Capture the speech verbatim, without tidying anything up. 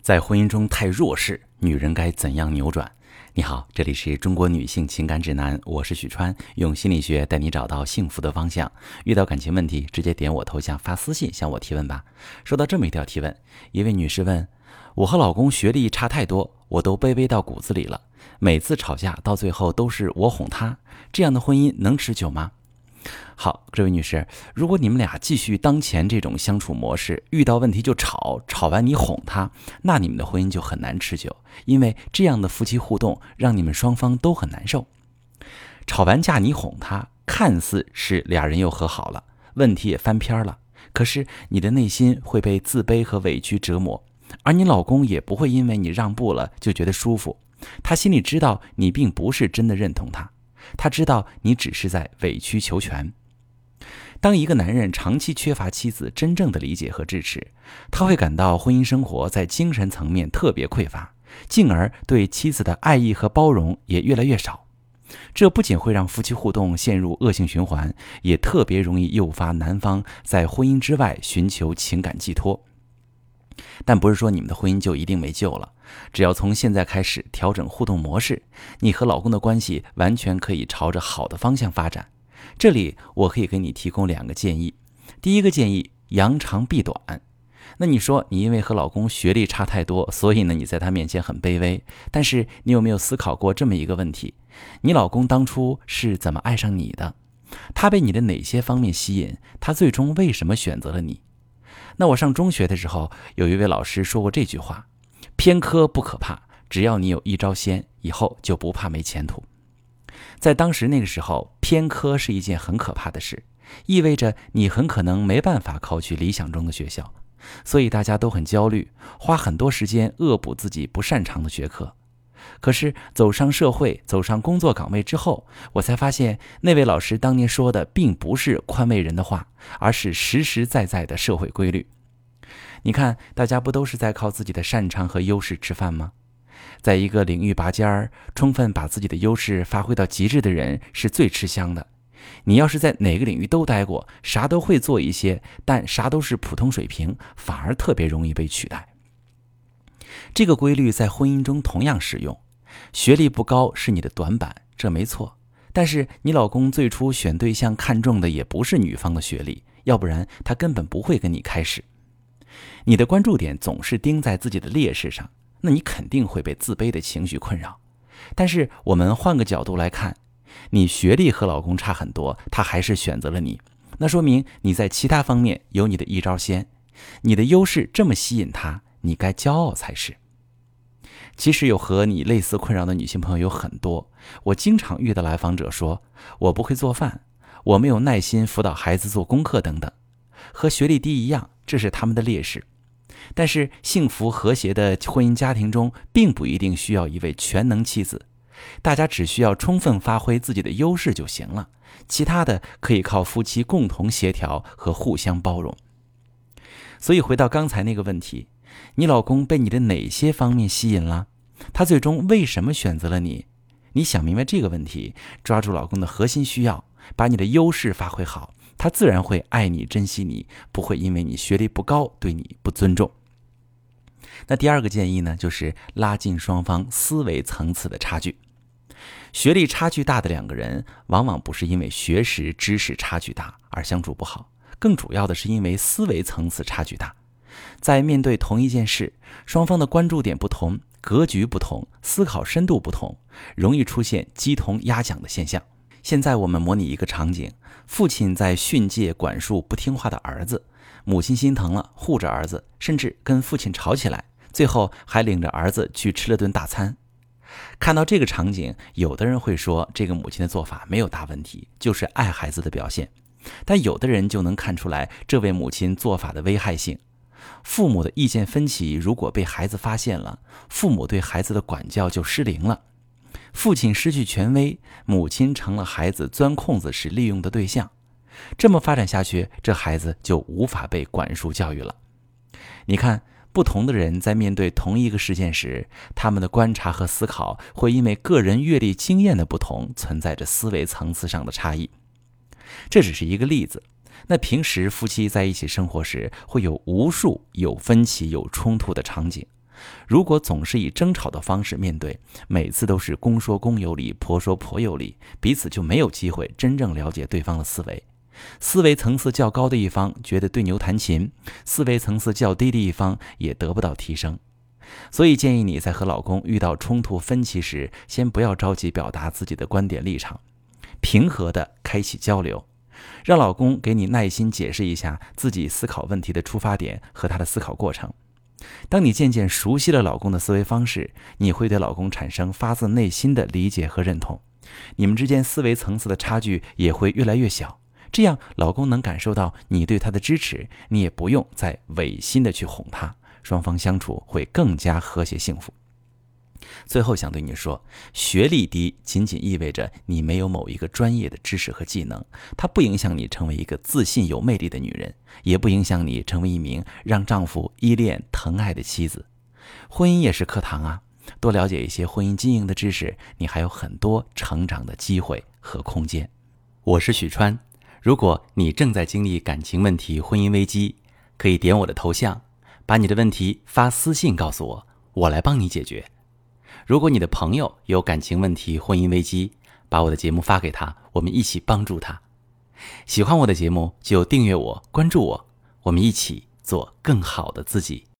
在婚姻中太弱势，女人该怎样扭转？你好，这里是中国女性情感指南，我是许川，用心理学带你找到幸福的方向。遇到感情问题，直接点我头像发私信向我提问吧。收到这么一条提问，一位女士问：我和老公学历差太多，我都卑微到骨子里了，每次吵架到最后都是我哄他，这样的婚姻能持久吗？好，这位女士，如果你们俩继续当前这种相处模式，遇到问题就吵，吵完你哄他，那你们的婚姻就很难持久，因为这样的夫妻互动让你们双方都很难受。吵完架你哄他，看似是俩人又和好了，问题也翻篇了，可是你的内心会被自卑和委屈折磨，而你老公也不会因为你让步了就觉得舒服，他心里知道你并不是真的认同他，他知道你只是在委曲求全。当一个男人长期缺乏妻子真正的理解和支持，他会感到婚姻生活在精神层面特别匮乏，进而对妻子的爱意和包容也越来越少。这不仅会让夫妻互动陷入恶性循环，也特别容易诱发男方在婚姻之外寻求情感寄托。但不是说你们的婚姻就一定没救了，只要从现在开始调整互动模式，你和老公的关系完全可以朝着好的方向发展。这里我可以给你提供两个建议。第一个建议，扬长避短。那你说你因为和老公学历差太多，所以呢你在他面前很卑微，但是你有没有思考过这么一个问题，你老公当初是怎么爱上你的？他被你的哪些方面吸引？他最终为什么选择了你？那我上中学的时候，有一位老师说过这句话：偏科不可怕，只要你有一招鲜，以后就不怕没前途。在当时那个时候，偏科是一件很可怕的事，意味着你很可能没办法考取理想中的学校，所以大家都很焦虑，花很多时间恶补自己不擅长的学科。可是走上社会，走上工作岗位之后，我才发现那位老师当年说的并不是宽慰人的话，而是实实在在的社会规律。你看，大家不都是在靠自己的擅长和优势吃饭吗？在一个领域拔尖儿，充分把自己的优势发挥到极致的人是最吃香的。你要是在哪个领域都待过，啥都会做一些，但啥都是普通水平，反而特别容易被取代。这个规律在婚姻中同样适用。学历不高是你的短板，这没错，但是你老公最初选对象看重的也不是女方的学历，要不然他根本不会跟你开始。你的关注点总是盯在自己的劣势上，那你肯定会被自卑的情绪困扰。但是我们换个角度来看，你学历和老公差很多，他还是选择了你，那说明你在其他方面有你的一招鲜，你的优势这么吸引他，你该骄傲才是。其实有和你类似困扰的女性朋友有很多，我经常遇到来访者说，我不会做饭，我没有耐心辅导孩子做功课等等，和学历低一样，这是他们的劣势。但是幸福和谐的婚姻家庭中并不一定需要一位全能妻子，大家只需要充分发挥自己的优势就行了，其他的可以靠夫妻共同协调和互相包容。所以回到刚才那个问题，你老公被你的哪些方面吸引了？他最终为什么选择了你？你想明白这个问题，抓住老公的核心需要，把你的优势发挥好，他自然会爱你珍惜你，不会因为你学历不高对你不尊重。那第二个建议呢，就是拉近双方思维层次的差距。学历差距大的两个人，往往不是因为学识知识差距大而相处不好，更主要的是因为思维层次差距大。在面对同一件事，双方的关注点不同，格局不同，思考深度不同，容易出现鸡同鸭讲的现象。现在我们模拟一个场景，父亲在训诫管束不听话的儿子，母亲心疼了，护着儿子，甚至跟父亲吵起来，最后还领着儿子去吃了顿大餐。看到这个场景，有的人会说这个母亲的做法没有大问题，就是爱孩子的表现，但有的人就能看出来这位母亲做法的危害性。父母的意见分歧如果被孩子发现了，父母对孩子的管教就失灵了，父亲失去权威，母亲成了孩子钻空子时利用的对象。这么发展下去，这孩子就无法被管束教育了。你看，不同的人在面对同一个事件时，他们的观察和思考会因为个人阅历经验的不同，存在着思维层次上的差异。这只是一个例子，那平时夫妻在一起生活时，会有无数有分歧有冲突的场景， 如果总是以争吵的方式面对，每次都是公说公有理，婆说婆有理，彼此就没有机会真正了解对方的思维。思维层次较高的一方觉得对牛弹琴，思维层次较低的一方也得不到提升。所以建议你在和老公遇到冲突分歧时，先不要着急表达自己的观点立场，平和地开启交流，让老公给你耐心解释一下自己思考问题的出发点和他的思考过程。当你渐渐熟悉了老公的思维方式，你会对老公产生发自内心的理解和认同，你们之间思维层次的差距也会越来越小。这样老公能感受到你对他的支持，你也不用再违心的去哄他，双方相处会更加和谐幸福。最后想对你说，学历低仅仅意味着你没有某一个专业的知识和技能，它不影响你成为一个自信有魅力的女人，也不影响你成为一名让丈夫依恋疼爱的妻子。婚姻也是课堂啊，多了解一些婚姻经营的知识，你还有很多成长的机会和空间。我是许川，如果你正在经历感情问题、婚姻危机，可以点我的头像，把你的问题发私信告诉我，我来帮你解决。如果你的朋友有感情问题、婚姻危机，把我的节目发给他，我们一起帮助他。喜欢我的节目就订阅我、关注我，我们一起做更好的自己。